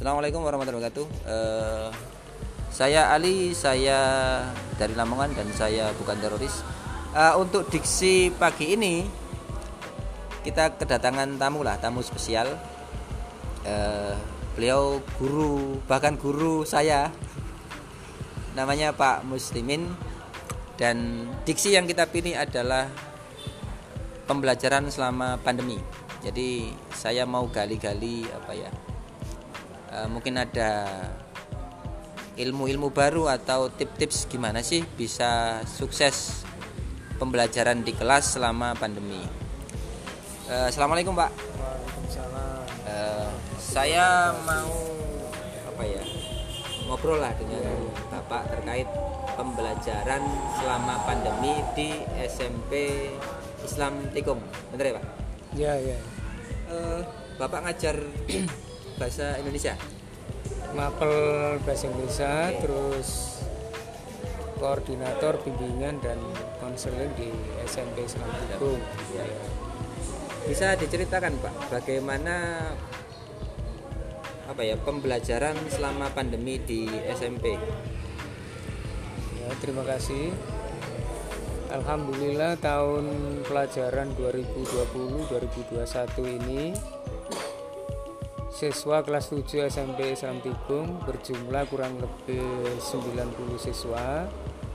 Assalamualaikum warahmatullahi wabarakatuh. Saya Ali, saya dari Lamongan dan saya bukan teroris. Untuk diksi pagi ini kita kedatangan tamu spesial. Beliau guru, bahkan guru saya, namanya Pak Muslimin. Dan diksi yang kita pilih adalah pembelajaran selama pandemi. Jadi saya mau gali-gali mungkin ada ilmu-ilmu baru atau tips-tips gimana sih bisa sukses pembelajaran di kelas selama pandemi. Assalamualaikum Pak. Waalaikumsalam. Saya mau ngobrol lah dengan Bapak terkait pembelajaran selama pandemi di SMP Islam Tikum, bener ya Pak? Ya. Bapak ngajar bahasa Indonesia? Mapel bahasa Indonesia, terus koordinator bimbingan dan konseling di SMP Islam Tikum. Ya. Bisa diceritakan Pak, bagaimana pembelajaran selama pandemi di SMP? Ya, terima kasih. Alhamdulillah tahun pelajaran 2020-2021 ini siswa kelas 7 SMP Islam Tikum berjumlah kurang lebih 90 siswa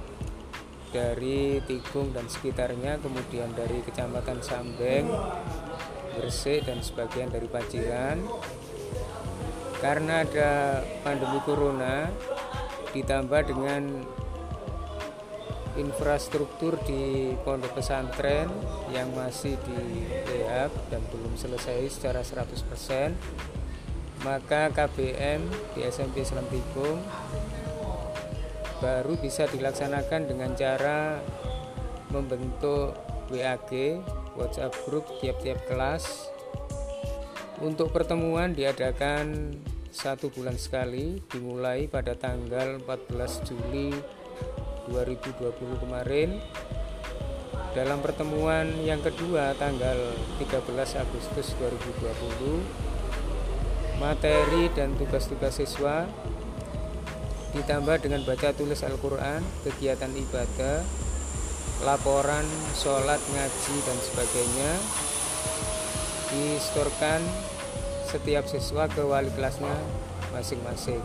dari Tikum dan sekitarnya, kemudian dari Kecamatan Sambeng, Gresik dan sebagian dari Paciran. Karena ada pandemi corona ditambah dengan infrastruktur di pondok pesantren yang masih di rehab dan belum selesai secara 100%, maka KBM di SMP Islam Tikum baru bisa dilaksanakan dengan cara membentuk WAG, WhatsApp Group tiap-tiap kelas. Untuk pertemuan diadakan 1 bulan sekali, dimulai pada tanggal 14 Juli 2020 kemarin. Dalam pertemuan yang kedua tanggal 13 Agustus 2020, materi dan tugas-tugas siswa ditambah dengan baca tulis Al-Quran, kegiatan ibadah, laporan, sholat, ngaji dan sebagainya disetorkan setiap siswa ke wali kelasnya masing-masing.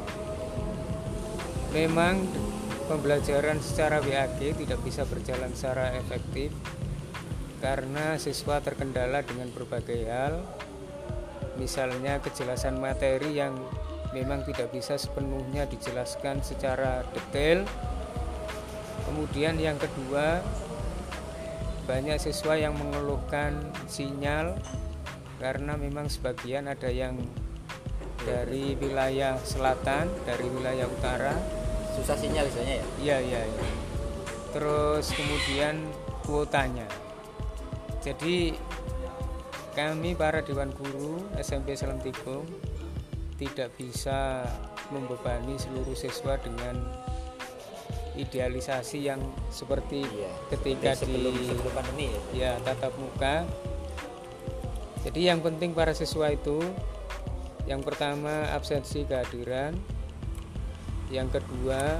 Memang pembelajaran secara WAG tidak bisa berjalan secara efektif karena siswa terkendala dengan berbagai hal, misalnya kejelasan materi yang memang tidak bisa sepenuhnya dijelaskan secara detail. Kemudian yang kedua, banyak siswa yang mengeluhkan sinyal karena memang sebagian ada yang dari wilayah selatan, dari wilayah utara, Susah sinyal misalnya ya? Iya. Terus kemudian kuotanya. Jadi kami para dewan guru SMP Islam Tikum tidak bisa membebani seluruh siswa dengan idealisasi yang seperti ketika sebelum pandemi ya tatap muka. Jadi yang penting para siswa itu, yang pertama absensi kehadiran, yang kedua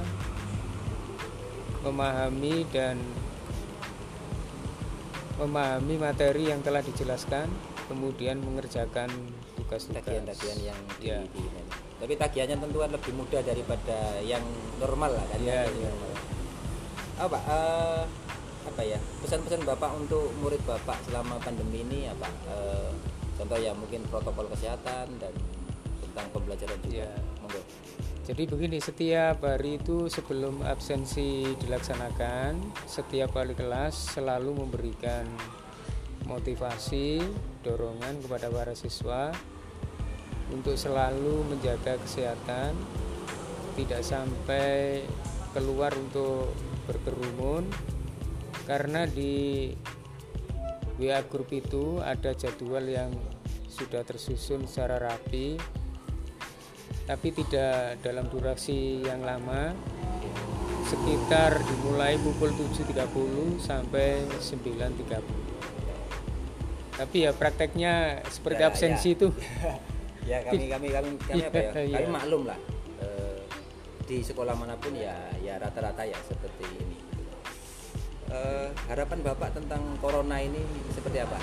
memahami materi yang telah dijelaskan, kemudian mengerjakan tugas-tugas tagihan yang tapi tagihannya tentu kan lebih mudah daripada yang normal lah kan. Pesan-pesan Bapak untuk murid Bapak selama pandemi ini apa? Contoh ya mungkin protokol kesehatan dan tentang pembelajaran juga. Monggo. Jadi begini, setiap hari itu sebelum absensi dilaksanakan, setiap wali kelas selalu memberikan motivasi, dorongan kepada para siswa untuk selalu menjaga kesehatan, tidak sampai keluar untuk berkerumun, karena di WA Group itu ada jadwal yang sudah tersusun secara rapi, tapi tidak dalam durasi yang lama, sekitar dimulai pukul 7.30 sampai 9.30. Tapi ya prakteknya seperti absensi itu Ya kami apa ya? Iya. Kami maklum lah. Di sekolah manapun ya rata-rata ya seperti ini. Harapan Bapak tentang corona ini seperti apa?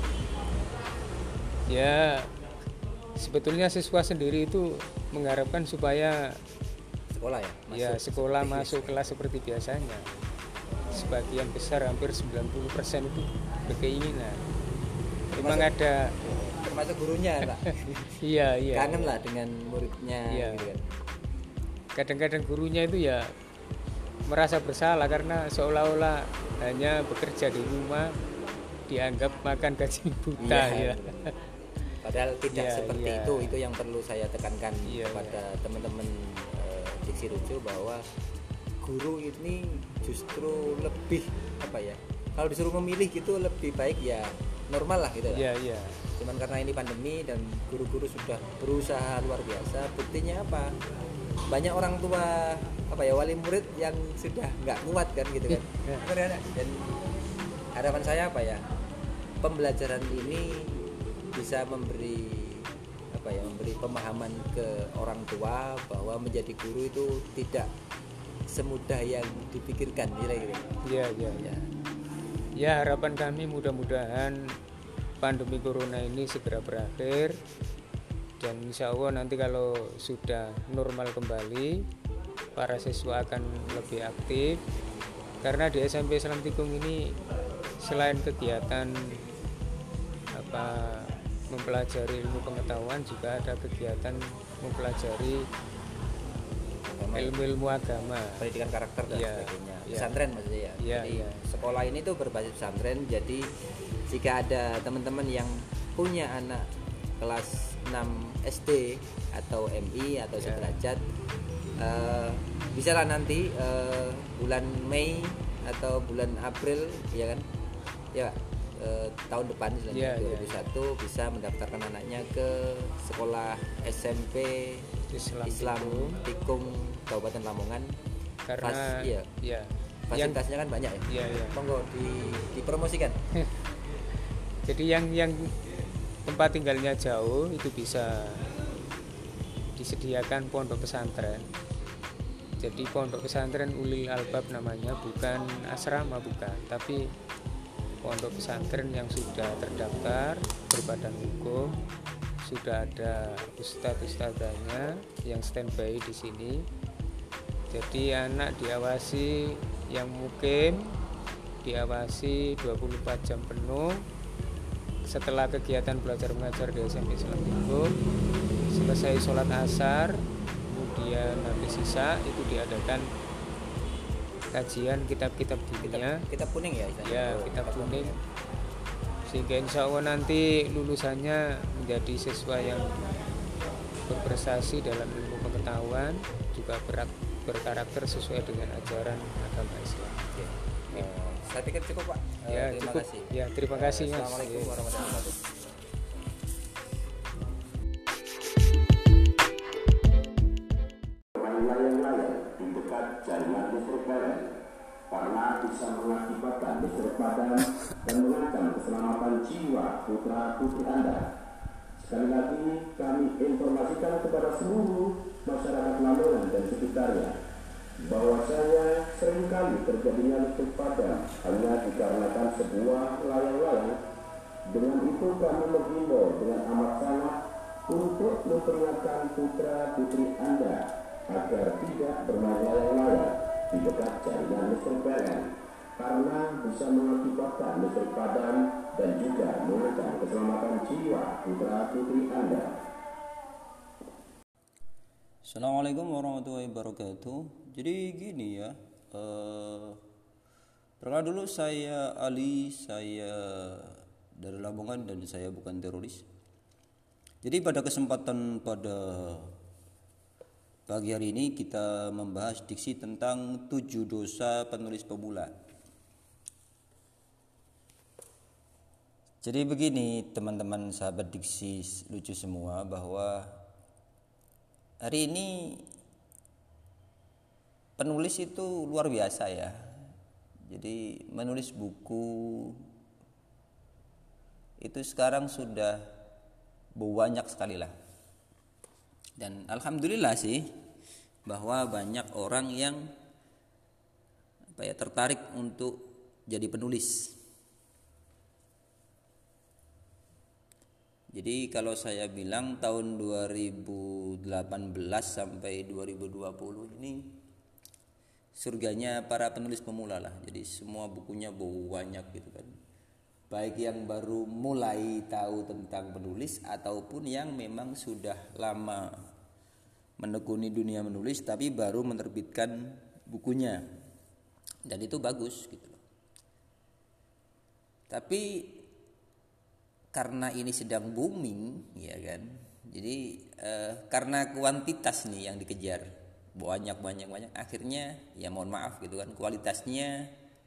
Ya, sebetulnya siswa sendiri itu mengharapkan supaya Sekolah ya? ya sekolah masuk kelas seperti biasanya. Sebagian besar hampir 90% itu berkeinginan. Memang ada termasuk gurunya Pak. iya. Kangen lah dengan muridnya Iya. gitu kan. Kadang-kadang gurunya itu ya merasa bersalah karena seolah-olah hanya bekerja di rumah dianggap makan gaji buta Iya, ya. benar. Padahal tidak Iya, seperti iya. itu yang perlu saya tekankan Iya, kepada teman-teman Diksi Rujo bahwa guru ini justru lebih apa ya, kalau disuruh memilih gitu lebih baik ya normal lah gitu lah. Iya. Cuman karena ini pandemi dan guru-guru sudah berusaha luar biasa, buktinya apa, banyak orang tua apa ya, wali murid yang sudah nggak kuat kan gitu kan. Dan harapan saya apa ya, pembelajaran ini bisa memberi apa ya, memberi pemahaman ke orang tua bahwa menjadi guru itu tidak semudah yang dipikirkan kira-kira. Iya. Ya. Ya, harapan kami mudah-mudahan pandemi corona ini segera berakhir dan insya Allah nanti kalau sudah normal kembali para siswa akan lebih aktif, karena di SMP Islam Tikung ini selain kegiatan apa mempelajari ilmu pengetahuan juga ada kegiatan mempelajari ilmu-ilmu agama, Pendidikan karakter dan Iya, sebagainya. iya. Pesantren maksudnya ya. Iya, Jadi iya. sekolah ini tuh berbasis pesantren. Jadi jika ada teman-teman yang punya anak kelas 6 SD atau MI atau Iya. sederajat, bisa lah nanti bulan Mei atau bulan April ya kan, ya tahun depan Iya, iya. 2021 bisa mendaftarkan anaknya ke sekolah SMP Islam Tikung Kabupaten Lamongan. karena Iya. ya yang Fasilitasnya kan banyak ya. Iya. Monggo dipromosikan. Jadi yang tempat tinggalnya jauh itu bisa disediakan pondok pesantren. Jadi pondok pesantren Ulil Albab namanya, bukan asrama bukan, tapi pondok pesantren yang sudah terdaftar berbadan hukum, sudah ada ustadz-ustadzanya yang standby di sini. Jadi anak diawasi, yang mukim diawasi 24 jam penuh. Setelah kegiatan belajar mengajar di SMP Islam Tikung, selesai sholat asar, kemudian habis sisa itu diadakan kajian kitab-kitab dunia. Kitab kuning ya istilahnya. Ya, Oh, kitab kuning. Sehingga insya Allah nanti lulusannya menjadi siswa yang berprestasi dalam ilmu pengetahuan, juga berkarakter sesuai dengan ajaran agama Islam. Oke. Saya pikir cukup Pak. Ya, Terima cukup. kasih. Ya, terima kasih, Mas. Assalamualaikum Ya. warahmatullahi wabarakatuh. Layang-layang di dekat jaringan listrik pln karena bisa mengakibatkan listrik padam dan mengancam keselamatan jiwa putra-putri Anda. Sekali lagi kami informasikan kepada seluruh masyarakat Lamongan dan sekitarnya bahwasanya seringkali terjadinya listrik padam hanya dikarenakan sebuah layang-layang. Dengan itu kami menghimbau dengan amat sangat untuk memperingatkan putra-putri Anda agar tidak bermain layang-layang di dekat jaringan listrik PLN karena bisa mengakibatkan listrik padam dan juga mengancam keselamatan jiwa putra-putri Anda. Assalamualaikum warahmatullahi wabarakatuh. Jadi gini ya, perkenalkan dulu saya Ali, saya dari Lamongan dan saya bukan teroris. Jadi pada kesempatan pada pagi hari ini kita membahas diksi tentang 7 dosa penulis pemula. Jadi begini teman-teman sahabat diksi lucu semua, bahwa hari ini penulis itu luar biasa ya. Jadi menulis buku itu sekarang sudah banyak sekali lah. Dan alhamdulillah sih bahwa banyak orang yang tertarik untuk jadi penulis. Jadi kalau saya bilang tahun 2018 sampai 2020 ini surganya para penulis pemula lah. Jadi semua bukunya banyak gitu kan. Baik yang baru mulai tahu tentang penulis ataupun yang memang sudah lama menekuni dunia menulis tapi baru menerbitkan bukunya. Dan itu bagus gitu loh. Tapi karena ini sedang booming ya kan. Jadi karena kuantitas nih yang dikejar banyak akhirnya ya mohon maaf gitu kan kualitasnya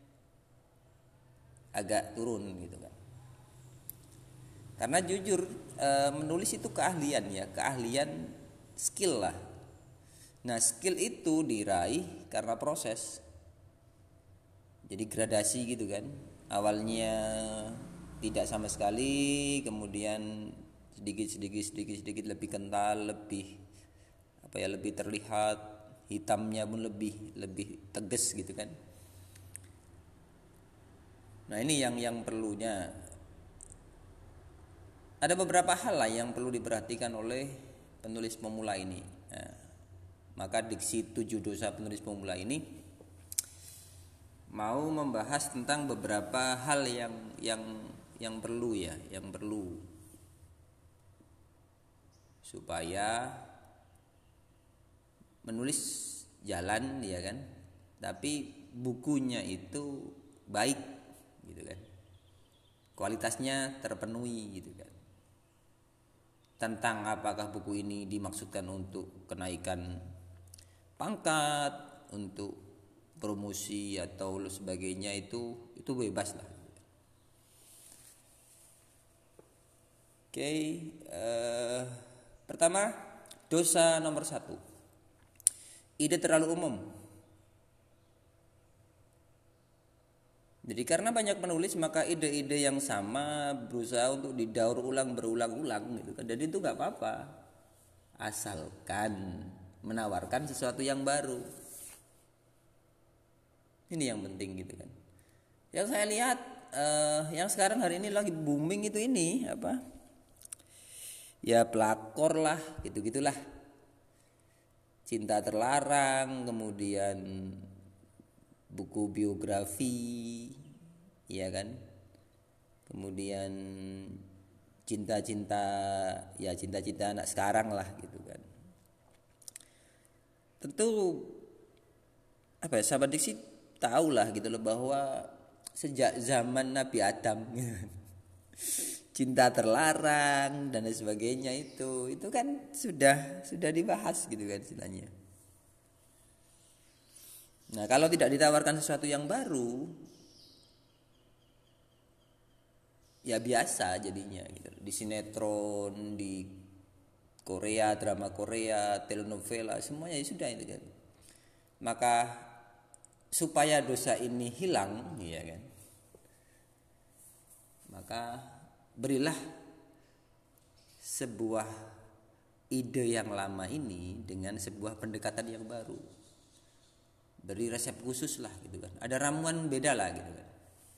agak turun gitu kan. Karena jujur menulis itu keahlian skill lah. Nah skill itu diraih karena proses. Jadi gradasi gitu kan. Awalnya tidak sama sekali, kemudian sedikit lebih kental, lebih terlihat, hitamnya pun lebih tegas gitu kan. Nah ini yang perlunya. Ada beberapa hal lah yang perlu diperhatikan oleh penulis pemula ini. Nah, maka diksi 7 dosa penulis pemula ini mau membahas tentang beberapa hal yang perlu supaya menulis jalan ya kan, tapi bukunya itu baik gitu kan, kualitasnya terpenuhi gitu kan. Tentang apakah buku ini dimaksudkan untuk kenaikan pangkat, untuk promosi atau sebagainya itu bebas lah. Oke, pertama dosa nomor 1, ide terlalu umum. Jadi karena banyak penulis maka ide-ide yang sama berusaha untuk didaur ulang berulang-ulang gitu kan. Dan itu nggak apa-apa, asalkan menawarkan sesuatu yang baru. Ini yang penting gitu kan. Yang saya lihat yang sekarang hari ini lagi booming itu ini apa? Ya pelakor lah, gitu-gitulah. Cinta terlarang, kemudian buku biografi, ya kan? Kemudian cinta-cinta anak sekarang lah gitu kan. Tentu sahabat diksi tahu lah gitu loh bahwa sejak zaman Nabi Adam cinta terlarang dan sebagainya itu kan sudah dibahas gitu kan istilahnya. Nah kalau tidak ditawarkan sesuatu yang baru ya biasa jadinya gitu. Di sinetron, di Korea, drama Korea, telenovela semuanya ya sudah itu kan. Maka supaya dosa ini hilang ya kan, maka berilah sebuah ide yang lama ini dengan sebuah pendekatan yang baru. Beri resep khusus lah gitu kan. Ada ramuan beda lah gitu kan.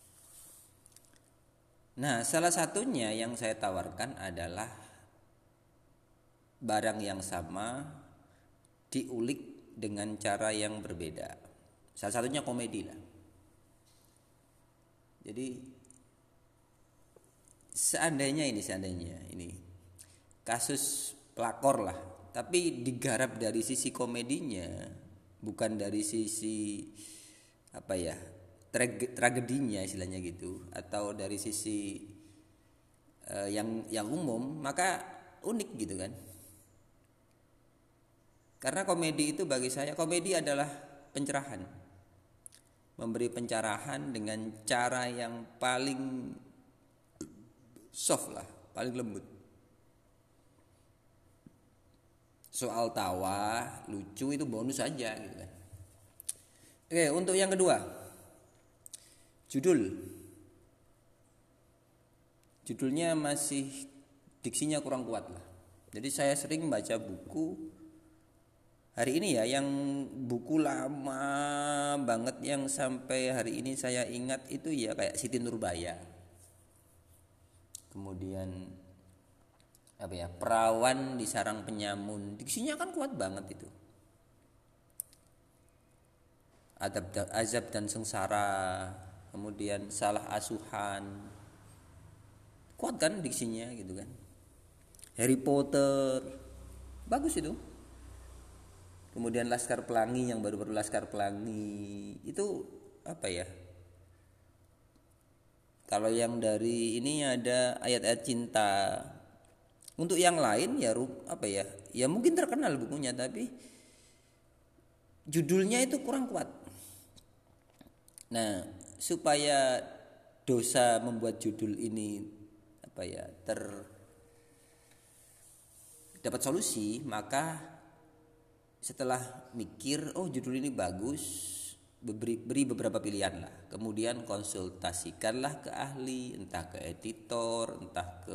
Nah, salah satunya yang saya tawarkan adalah barang yang sama diulik dengan cara yang berbeda. Salah satunya komedi lah. Jadi seandainya ini kasus pelakor lah, tapi digarap dari sisi komedinya, bukan dari sisi tragedinya istilahnya gitu, atau dari sisi yang umum, maka unik gitu kan. Karena komedi itu bagi saya, komedi adalah pencerahan, memberi pencerahan dengan cara yang paling soft lah, paling lembut. Soal tawa, lucu itu bonus aja gitu kan. Oke, untuk yang kedua, judulnya masih diksinya kurang kuat lah. Jadi saya sering baca buku hari ini ya, yang buku lama banget yang sampai hari ini saya ingat itu ya kayak Siti Nurbaya. Kemudian apa ya, Perawan di Sarang Penyamun. Diksinya kan kuat banget itu. Azab dan Sengsara, kemudian Salah Asuhan. Kuat kan diksinya gitu kan. Harry Potter. Bagus itu. Kemudian Laskar Pelangi, yang baru-baru Laskar Pelangi. Itu apa ya? Kalau yang dari ini ada Ayat-ayat Cinta. Untuk yang lain ya apa ya? Ya mungkin terkenal bukunya, tapi judulnya itu kurang kuat. Nah, supaya dosa membuat judul ini apa ya, dapat solusi, maka setelah mikir, oh judul ini bagus, beri beberapa pilihan lah. Kemudian konsultasikanlah ke ahli, entah ke editor, entah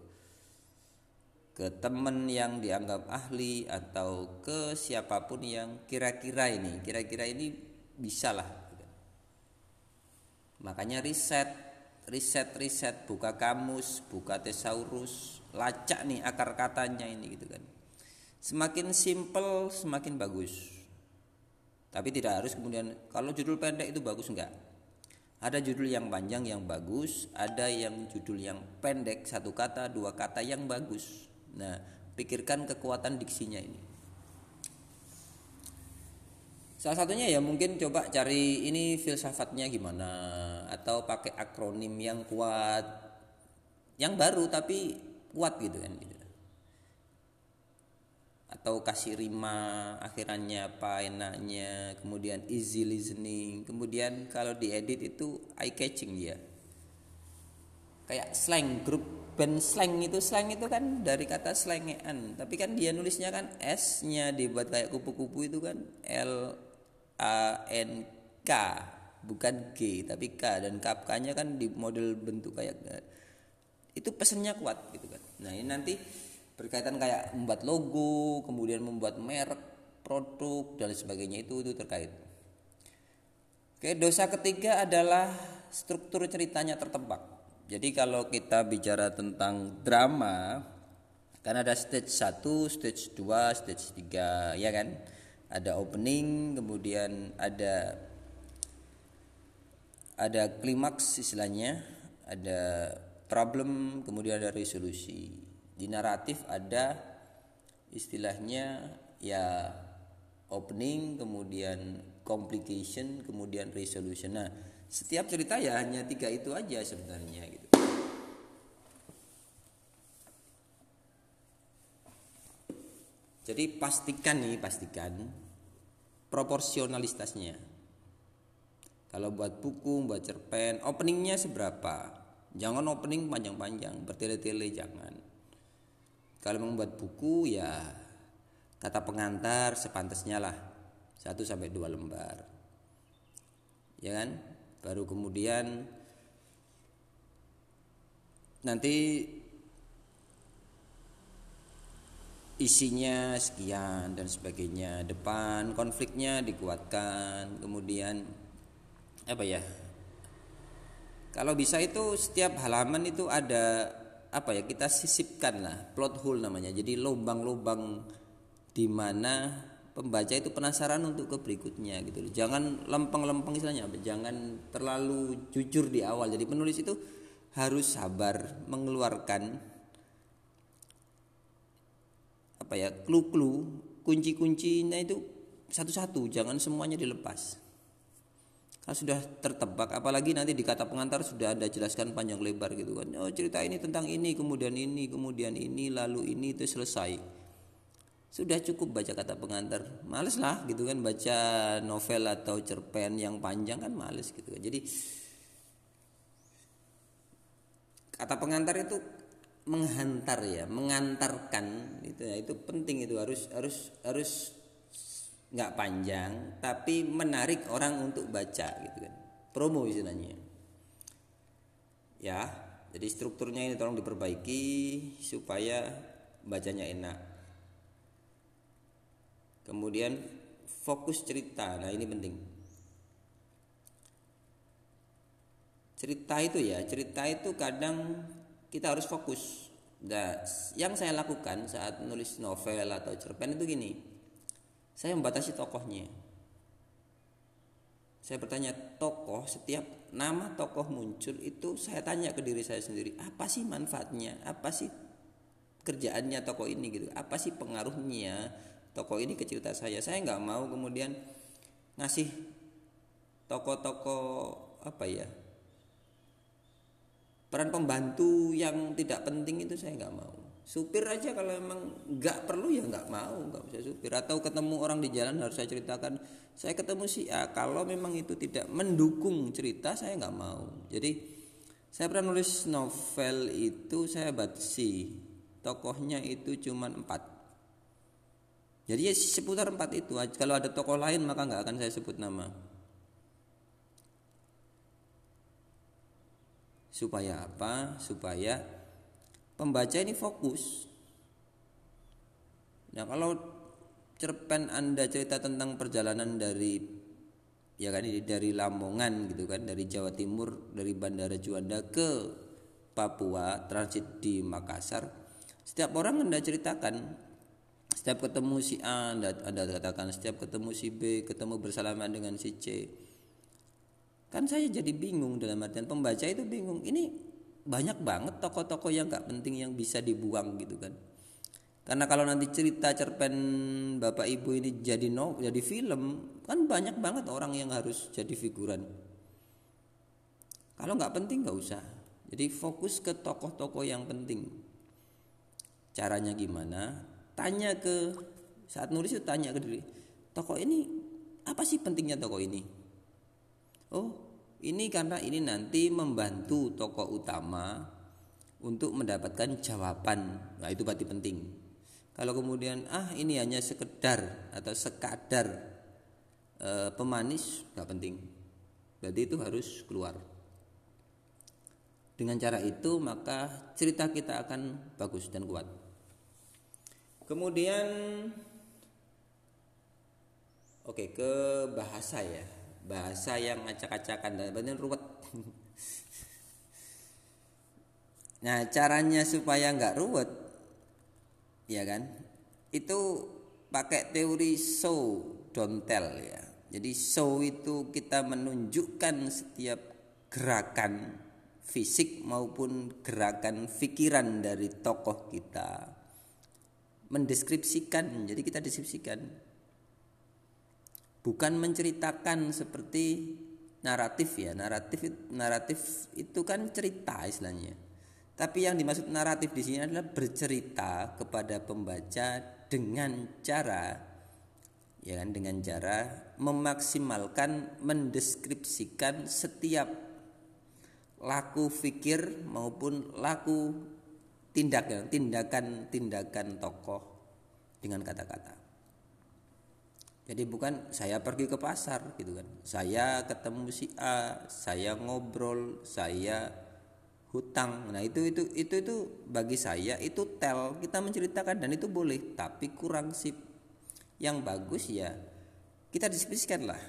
ke teman yang dianggap ahli, atau ke siapapun yang kira-kira ini bisa lah. Makanya riset, buka kamus, buka thesaurus, lacak nih akar katanya ini gitu kan. Semakin simple semakin bagus. Tapi tidak harus kemudian kalau judul pendek itu bagus, enggak. Ada judul yang panjang yang bagus, ada yang judul yang pendek, 1 kata, 2 kata yang bagus. Nah, pikirkan kekuatan diksinya ini. Salah satunya ya mungkin coba cari ini filsafatnya gimana, atau pakai akronim yang kuat, yang baru tapi kuat gitu kan gitu. Atau kasih rima akhirannya apa enaknya, kemudian easy listening, kemudian kalau diedit itu eye catching dia. Kayak slang, grup band slang itu kan dari kata slangean, tapi kan dia nulisnya kan S-nya dibuat kayak kupu-kupu itu kan LANK, bukan G tapi K, dan K-nya kan di model bentuk kayak itu, pesannya kuat gitu kan. Nah, ini nanti berkaitan kayak membuat logo, kemudian membuat merek produk dan sebagainya, itu terkait. Oke, dosa ketiga adalah struktur ceritanya tertebak. Jadi kalau kita bicara tentang drama, kan ada stage 1, stage 2, stage 3, ya kan? Ada opening, kemudian ada klimaks istilahnya, ada problem, kemudian ada resolusi. Di naratif ada istilahnya ya opening, kemudian complication, kemudian resolution. Nah, setiap cerita ya hanya 3 itu aja sebenarnya gitu. Jadi pastikan proporsionalitasnya. Kalau buat buku, buat cerpen, openingnya seberapa? Jangan opening panjang-panjang, bertele-tele, jangan. Kalau membuat buku ya kata pengantar sepantasnya lah, 1-2 lembar. Ya kan? Baru kemudian nanti isinya sekian dan sebagainya. Depan konfliknya dikuatkan. Kemudian apa ya? Kalau bisa itu setiap halaman itu ada apa ya? Kita sisipkan lah, plot hole namanya. Jadi lubang-lubang di mana pembaca itu penasaran untuk ke berikutnya gitu. Jangan lempeng-lempeng istilahnya, jangan terlalu jujur di awal. Jadi penulis itu harus sabar mengeluarkan apa ya, clue-clue, kunci-kuncinya itu satu-satu, jangan semuanya dilepas. Kalau sudah tertebak, apalagi nanti di kata pengantar sudah Anda jelaskan panjang lebar gitu kan. Oh, cerita ini tentang ini, kemudian ini, lalu ini, itu selesai. Sudah cukup baca kata pengantar, males lah gitu kan, baca novel atau cerpen yang panjang kan males gitu kan. Jadi kata pengantar itu menghantar ya, mengantarkan itu ya, itu penting, itu harus nggak panjang tapi menarik orang untuk baca gitu kan, promo istilahnya ya. Jadi strukturnya ini tolong diperbaiki supaya bacanya enak. Kemudian fokus cerita. Nah, ini penting. Cerita itu kadang kita harus fokus. Nah, yang saya lakukan saat nulis novel atau cerpen itu gini. Saya membatasi tokohnya. Saya bertanya tokoh, setiap nama tokoh muncul itu saya tanya ke diri saya sendiri, apa sih manfaatnya? Apa sih kerjaannya tokoh ini gitu? Apa sih pengaruhnya tokoh ini ke cerita saya? Saya nggak mau kemudian ngasih tokoh-tokoh peran pembantu yang tidak penting itu saya nggak mau. Supir aja kalau emang nggak perlu ya nggak mau, nggak bisa supir. Atau ketemu orang di jalan harus saya ceritakan, saya ketemu si A. Kalau memang itu tidak mendukung cerita, saya nggak mau. Jadi saya pernah nulis novel itu saya batasi tokohnya itu cuma 4. Jadi ya seputar 4 itu. Kalau ada tokoh lain maka nggak akan saya sebut nama. Supaya apa? Supaya pembaca ini fokus. Nah, kalau cerpen Anda cerita tentang perjalanan dari Lamongan gitu kan, dari Jawa Timur, dari Bandara Juanda ke Papua, transit di Makassar. Setiap orang Anda ceritakan, setiap ketemu si A Anda katakan, setiap ketemu si B, ketemu bersalaman dengan si C. Kan saya jadi bingung, dalam artian pembaca itu bingung. Ini banyak banget tokoh-tokoh yang gak penting yang bisa dibuang gitu kan. Karena kalau nanti cerita cerpen Bapak Ibu ini jadi film, kan banyak banget orang yang harus jadi figuran. Kalau gak penting gak usah. Jadi fokus ke tokoh-tokoh yang penting. Caranya gimana? Saat nulis itu tanya ke diri, tokoh ini apa sih pentingnya tokoh ini? Oh, ini karena ini nanti membantu tokoh utama untuk mendapatkan jawaban. Nah, itu berarti penting. Kalau kemudian ini hanya sekedar atau sekadar pemanis, gak penting. Berarti itu harus keluar. Dengan cara itu maka cerita kita akan bagus dan kuat. Kemudian ke bahasa ya. Bahasa yang acak-acakan dan benar ruwet. Nah, caranya supaya nggak ruwet, ya kan? Itu pakai teori show don't tell ya. Jadi show itu kita menunjukkan setiap gerakan fisik maupun gerakan pikiran dari tokoh kita. Mendeskripsikan, jadi kita deskripsikan. Bukan menceritakan seperti naratif ya. Naratif itu kan cerita istilahnya. Tapi yang dimaksud naratif di sini adalah bercerita kepada pembaca dengan cara memaksimalkan, mendeskripsikan setiap laku fikir maupun laku tindakan tokoh dengan kata-kata. Jadi bukan saya pergi ke pasar gitu kan. Saya ketemu si A, saya ngobrol, saya hutang. Nah, itu bagi saya itu tell, kita menceritakan dan itu boleh, tapi kurang sip. Yang bagus ya kita deskripsikan lah.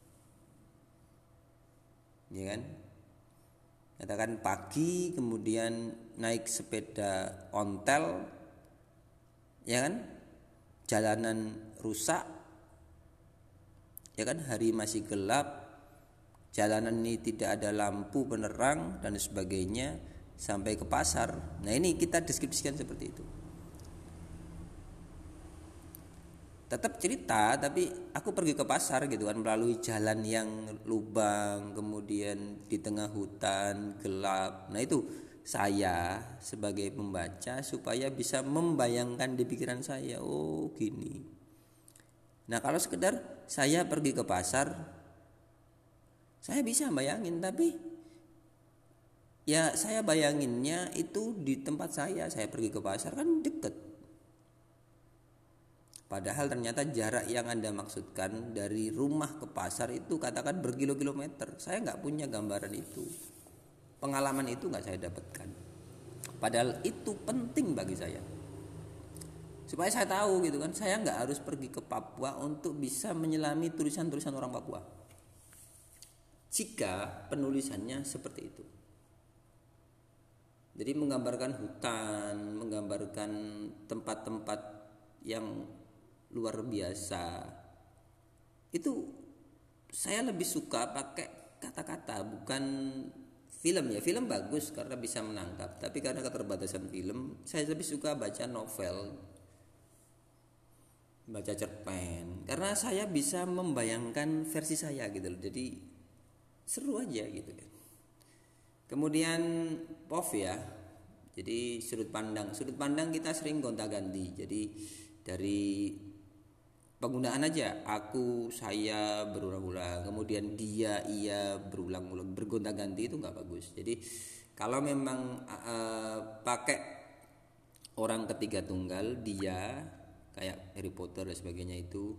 Ya kan? Katakan pagi kemudian naik sepeda ontel. Ya kan? Jalanan rusak. Ya kan, hari masih gelap, jalanan ini tidak ada lampu penerang dan sebagainya, sampai ke pasar. Nah, ini kita deskripsikan seperti itu. Tetap cerita, tapi aku pergi ke pasar gitu kan, melalui jalan yang lubang, kemudian di tengah hutan gelap. Nah, itu saya sebagai pembaca supaya bisa membayangkan di pikiran saya, oh gini. Nah, kalau sekedar saya pergi ke pasar, saya bisa bayangin, tapi ya saya bayanginnya itu di tempat saya pergi ke pasar kan deket. Padahal ternyata jarak yang Anda maksudkan dari rumah ke pasar itu katakan berkilo-kilometer. Saya nggak punya gambaran itu, pengalaman itu nggak saya dapatkan. Padahal itu penting bagi saya. supaya saya tahu gitu kan, saya nggak harus pergi ke Papua untuk bisa menyelami tulisan-tulisan orang Papua jika penulisannya seperti itu. Jadi menggambarkan hutan, menggambarkan tempat-tempat yang luar biasa, itu saya lebih suka pakai kata-kata, bukan film ya. Film bagus karena bisa menangkap, tapi karena keterbatasan film, saya lebih suka baca novel, baca cerpen, karena saya bisa membayangkan versi saya gitu loh. Jadi seru aja gitu kan. Kemudian POV ya. Jadi sudut pandang kita sering gonta-ganti. Jadi dari penggunaan aja, aku, saya berulang-ulang, kemudian dia, ia berulang-ulang, bergonta-ganti, itu nggak bagus. Jadi kalau memang pakai orang ketiga tunggal, dia, kayak Harry Potter dan sebagainya itu,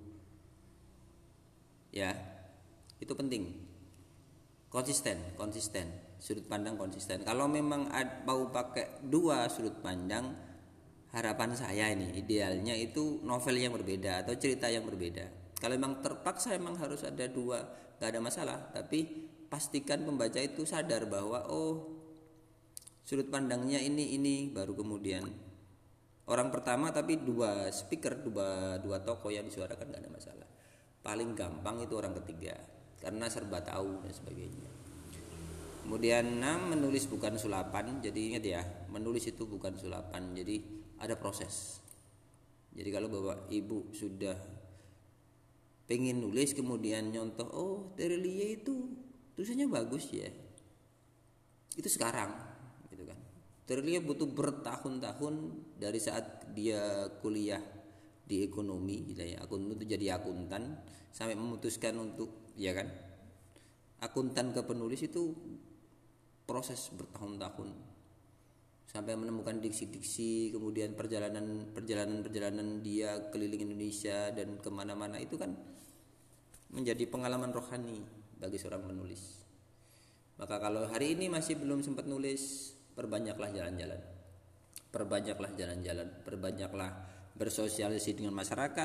ya itu penting. Konsisten, sudut pandang konsisten. Kalau memang mau pakai dua sudut pandang, harapan saya ini idealnya itu novel yang berbeda atau cerita yang berbeda. Kalau memang terpaksa memang harus ada dua, gak ada masalah. Tapi pastikan pembaca itu sadar bahwa sudut pandangnya ini, baru kemudian orang pertama, tapi dua speaker, dua tokoh yang disuarakan, gak ada masalah. Paling gampang itu orang ketiga karena serba tahu dan sebagainya. Kemudian 6, menulis bukan sulapan. Jadi ingat ya, menulis itu bukan sulapan. Jadi ada proses. Jadi kalau bapak ibu sudah pengen nulis kemudian nyontoh, Terelie itu tulisannya bagus ya, itu sekarang gitu kan. Terelie butuh bertahun-tahun dari saat dia kuliah di ekonomi gitu ya, akuntan, jadi akuntan, sampai memutuskan untuk, ya kan, akuntan ke penulis itu proses bertahun-tahun sampai menemukan diksi-diksi, kemudian perjalanan dia keliling Indonesia dan kemana-mana, itu kan menjadi pengalaman rohani bagi seorang penulis. Maka kalau hari ini masih belum sempat nulis, perbanyaklah jalan-jalan, perbanyaklah bersosialisasi dengan masyarakat.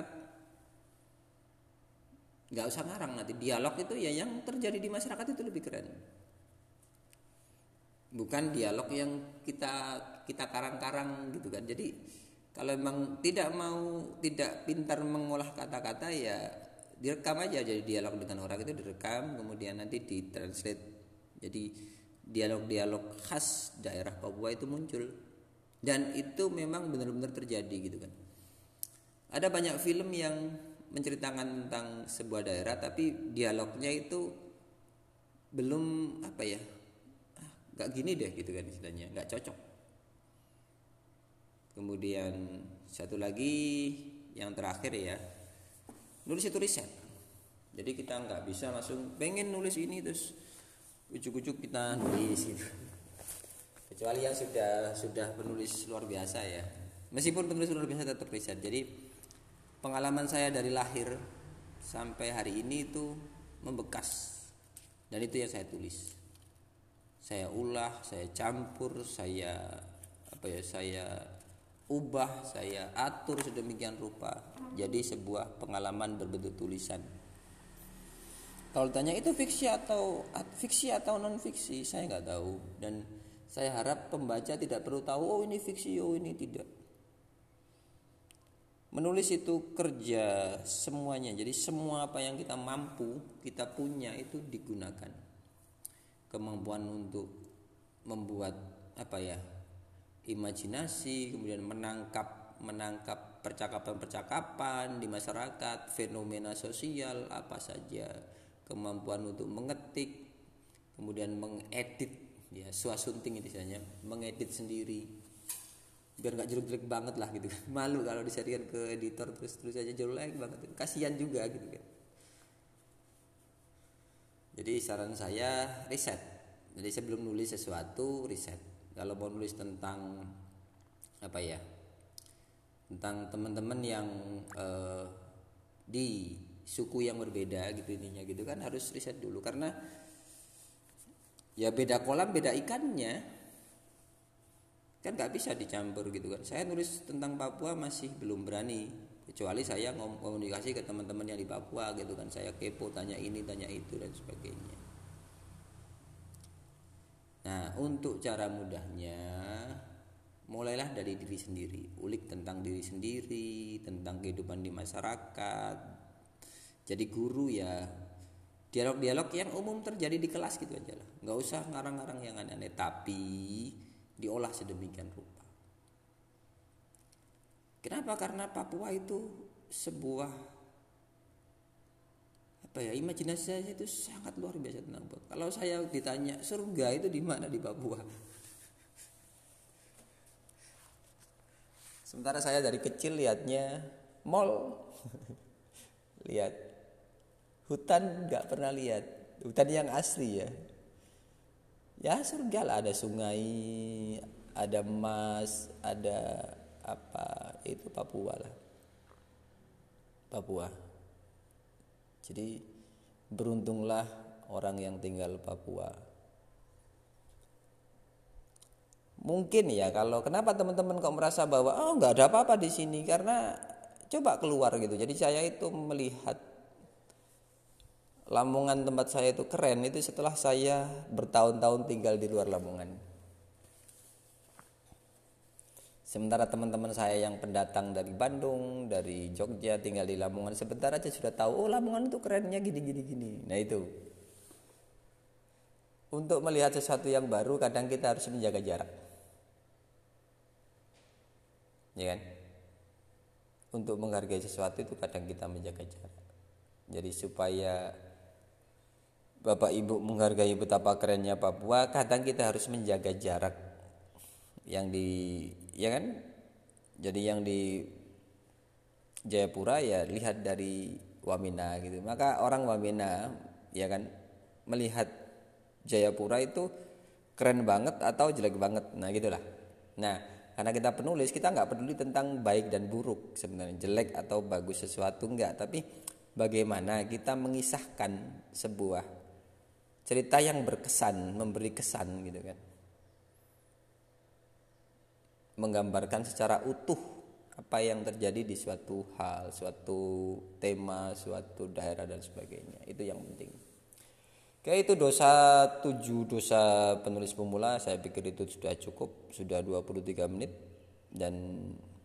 Gak usah ngarang, nanti dialog itu ya yang terjadi di masyarakat itu lebih keren. Bukan dialog yang kita karang-karang gitu kan. Jadi kalau memang tidak pintar mengolah kata-kata, ya direkam aja, jadi dialog dengan orang itu direkam, kemudian nanti ditranslate. Jadi dialog-dialog khas daerah Papua itu muncul, dan itu memang benar-benar terjadi gitu kan. Ada banyak film yang menceritakan tentang sebuah daerah, tapi dialognya itu belum gak gini deh gitu kan, istilahnya gak cocok. Kemudian satu lagi yang terakhir ya, nulis itu riset. Jadi kita nggak bisa langsung pengen nulis ini terus ujuk-ujuk kita nulis gitu. Kecuali yang sudah penulis luar biasa ya. Meskipun penulis luar biasa tetap riset. Jadi pengalaman saya dari lahir sampai hari ini itu membekas, dan itu yang saya tulis. Saya ulah, saya campur, saya ubah, saya atur sedemikian rupa jadi sebuah pengalaman berbentuk tulisan. Kalau tanya itu fiksi atau non fiksi, saya nggak tahu, dan saya harap pembaca tidak perlu tahu ini fiksi, ini tidak. Menulis itu kerja semuanya. Jadi semua apa yang kita mampu, kita punya itu digunakan. Kemampuan untuk membuat imajinasi, kemudian menangkap percakapan-percakapan di masyarakat, fenomena sosial apa saja, kemampuan untuk mengetik, kemudian mengedit, ya swasunting itu istilahnya, mengedit sendiri biar nggak jelek-jelek banget lah gitu. Malu kalau diserikan ke editor terus aja jelek banget, kasihan juga gitu kan. Jadi saran saya riset. Jadi sebelum nulis sesuatu riset. Kalau mau nulis tentang tentang teman-teman yang di suku yang berbeda gitu, intinya gitu kan, harus riset dulu, karena ya beda kolam beda ikannya. Kan nggak bisa dicampur gitu kan. Saya nulis tentang Papua masih belum berani, kecuali saya komunikasi ke teman-teman yang di Papua gitu kan. Saya kepo, tanya ini tanya itu dan sebagainya. Nah, untuk cara mudahnya mulailah dari diri sendiri, ulik tentang diri sendiri, tentang kehidupan di masyarakat. Jadi guru ya dialog-dialog yang umum terjadi di kelas gitu aja lah, nggak usah ngarang-ngarang yang aneh-aneh, tapi diolah sedemikian rupa. Kenapa? Karena Papua itu sebuah imajinasi saya itu sangat luar biasa tentang Papua. Kalau saya ditanya surga itu di mana di Papua, sementara saya dari kecil lihatnya mall, lihat hutan nggak pernah lihat, hutan yang asli ya. Ya surga lah, ada sungai, ada emas, ada apa, itu Papua lah. Papua. Jadi beruntunglah orang yang tinggal Papua. Mungkin ya, kalau kenapa teman-teman kok merasa bahwa nggak ada apa-apa di sini, karena coba keluar gitu. Jadi saya itu melihat Lamongan tempat saya itu keren itu setelah saya bertahun-tahun tinggal di luar Lamongan. Sementara teman-teman saya yang pendatang dari Bandung, dari Jogja tinggal di Lamongan sebentar aja sudah tahu, Lamongan itu kerennya gini. Nah itu. Untuk melihat sesuatu yang baru kadang kita harus menjaga jarak. Ya kan? Untuk menghargai sesuatu itu kadang kita menjaga jarak. Jadi supaya Bapak Ibu menghargai betapa kerennya Papua, kadang kita harus menjaga jarak. Yang di, ya kan? Jadi yang di Jayapura ya lihat dari Wamena gitu. Maka orang Wamena ya kan melihat Jayapura itu keren banget atau jelek banget. Nah gitulah. Nah karena kita penulis, kita nggak peduli tentang baik dan buruk sebenarnya, jelek atau bagus sesuatu enggak, tapi bagaimana kita mengisahkan sebuah cerita yang berkesan, memberi kesan gitu kan. Menggambarkan secara utuh apa yang terjadi di suatu hal, suatu tema, suatu daerah dan sebagainya. Itu yang penting. Oke, itu dosa 7 dosa penulis pemula. Saya pikir itu sudah cukup, sudah 23 menit. Dan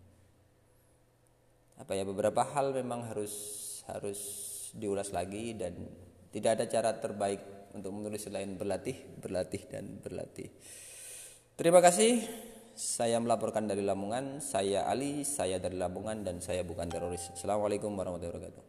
beberapa hal memang harus diulas lagi, dan tidak ada cara terbaik untuk menulis selain berlatih dan berlatih. Terima kasih. Saya melaporkan dari Lamongan. Saya Ali, saya dari Lamongan dan saya bukan teroris. Assalamualaikum warahmatullahi wabarakatuh.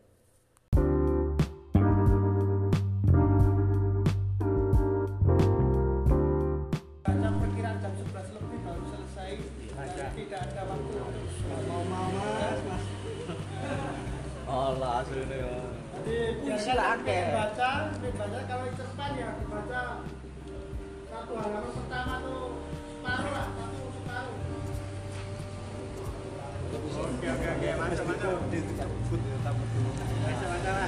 Perkiraan jam 11 lebih baru selesai. Tidak ada waktu untuk mas. Allah aslinya ya. Jadi puisi baca kalau cerpen ya dibaca satu halaman pertama tuh separuh lah, separuh. Oke, macam-macam. Macam-macam.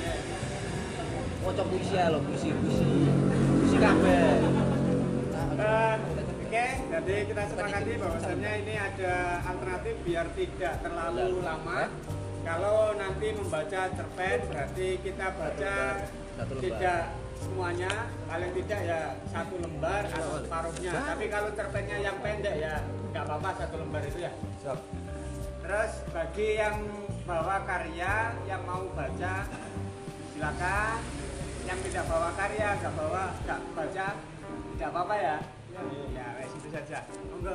Kocok puisi ya loh, puisi kabeh. Oke, jadi kita sepakati bahwasannya ini ada alternatif biar tidak terlalu lama. Kalau nanti membaca cerpen berarti kita baca tidak semuanya, paling tidak ya 1 lembar atau separuhnya. Tapi kalau cerpennya yang pendek ya nggak apa-apa 1 lembar itu ya. Terus bagi yang bawa karya, yang mau baca silakan. Yang tidak bawa karya, nggak baca, tidak apa-apa ya. Ya, itu saja. Monggo.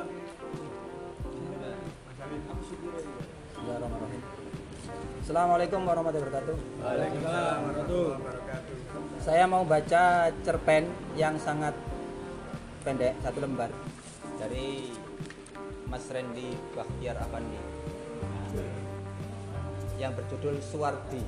Assalamualaikum warahmatullahi wabarakatuh. Waalaikumsalam warahmatullahi wabarakatuh. Saya mau baca cerpen yang sangat pendek, 1 lembar, dari Mas Randy Bakhtiar Afandi yang berjudul Suwardi.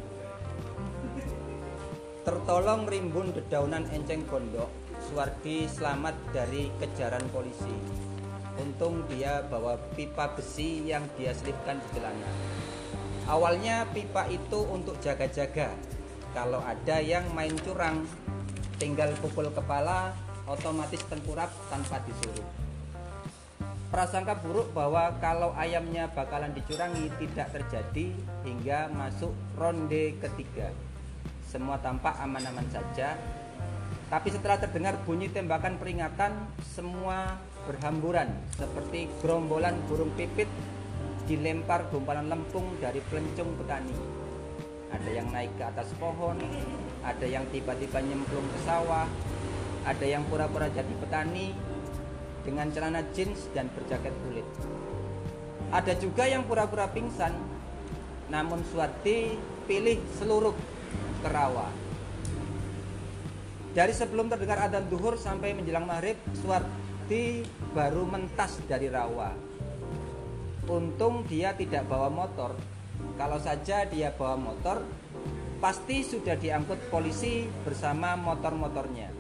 Tertolong rimbun dedaunan enceng gondok, Suwardi selamat dari kejaran polisi. Untung dia bawa pipa besi yang dia selipkan di celana. Awalnya pipa itu untuk jaga-jaga. Kalau ada yang main curang, tinggal pukul kepala, otomatis tengkurap tanpa disuruh. prasangka buruk bahwa kalau ayamnya bakalan dicurangi tidak terjadi hingga masuk ronde ketiga. Semua tampak aman-aman saja. Tapi setelah terdengar bunyi tembakan peringatan, semua berhamburan seperti gerombolan burung pipit dilempar gumpalan lempung dari pelencung petani. Ada yang naik ke atas pohon, ada yang tiba-tiba nyemplung ke sawah, ada yang pura-pura jadi petani dengan celana jeans dan berjaket kulit. Ada juga yang pura-pura pingsan, namun Suwardi pilih seluruh ke rawa. Dari sebelum terdengar adzan zuhur sampai menjelang maghrib, Suwardi baru mentas dari rawa. Untung dia tidak bawa motor. Kalau saja dia bawa motor, pasti sudah diangkut polisi bersama motor-motornya.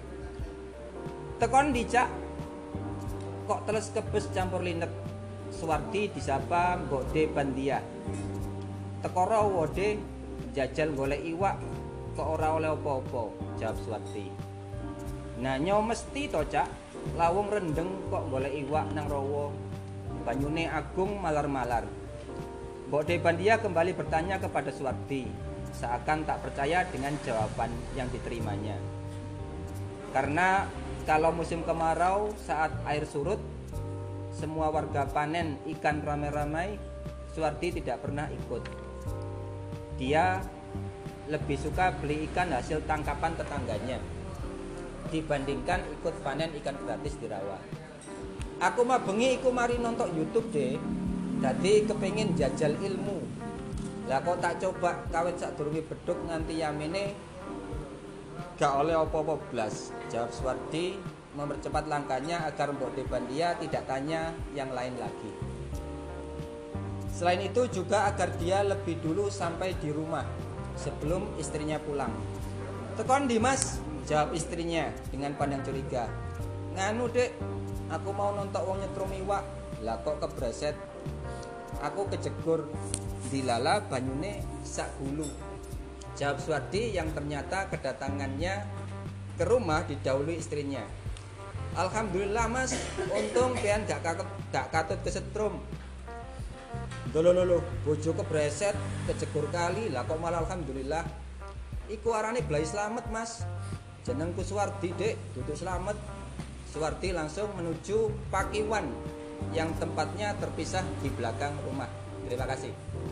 Tekon dicak, kok teles kebes campur linet. Suwardi disapa Mbok De Bandia. Tekoro wode jajal golek iwak kok ora oleh apa-apa, jawab Suwardi. Nah nyo mesti to Cak, lawung rendeng kok golek iwak nang rawa. Banyune agung malar-malar. Mbok De Bandia kembali bertanya kepada Suwardi, seakan tak percaya dengan jawaban yang diterimanya. Karena kalau musim kemarau saat air surut, semua warga panen ikan ramai-ramai, Suwardi tidak pernah ikut. Dia lebih suka beli ikan hasil tangkapan tetangganya dibandingkan ikut panen ikan gratis di rawa. Aku mah bengi iku mari nonton YouTube deh. Dadi kepengin jajal ilmu. Lah kok tak coba kawit sadurunge beduk nganti yamene gak oleh apa-apa blas, jawab Suwardi mempercepat langkahnya agar Mbok De Bandia tidak tanya yang lain lagi. Selain itu juga agar dia lebih dulu sampai di rumah sebelum istrinya pulang. Tekon di Mas, jawab istrinya dengan pandang curiga. Nganu Dek, aku mau nonton wong nyetrum iwak. Lah kok kebreset. Aku kejegur dilala banyune sak gulu, jawab Suwardi yang ternyata kedatangannya ke rumah didahului istrinya. Alhamdulillah Mas, untung pian gak katut kesetrum. Lho, bojo kebreset kejegur kali, lah kok malah alhamdulillah. Iku arane blai slamet Mas. Jenengku Suwardi Dek, dudu slamet. Suwardi langsung menuju Pakiwan yang tempatnya terpisah di belakang rumah. Terima kasih.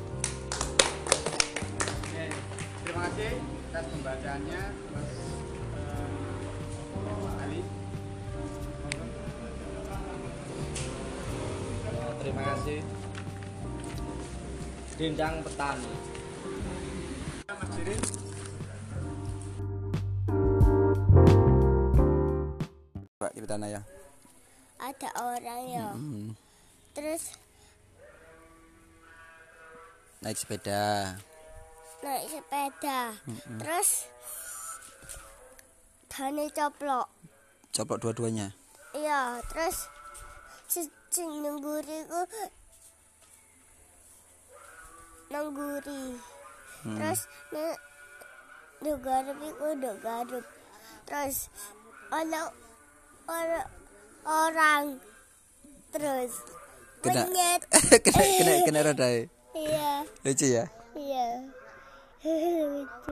Oke, terima kasih atas pembacaannya Mas Ali. Terima kasih. Dendang petani. Mas Jirin. Pak ceritanya ya. Ada orang ya. Terus Naik sepeda. Terus dane coplok. Coplok dua-duanya. Iya, terus sing nengguri ku nengguri. Terus ndok garep iku ndok garep. Terus ana orang terus Kena menyet. kena rodae. Iya. Lucu ya. Iya. Lucu.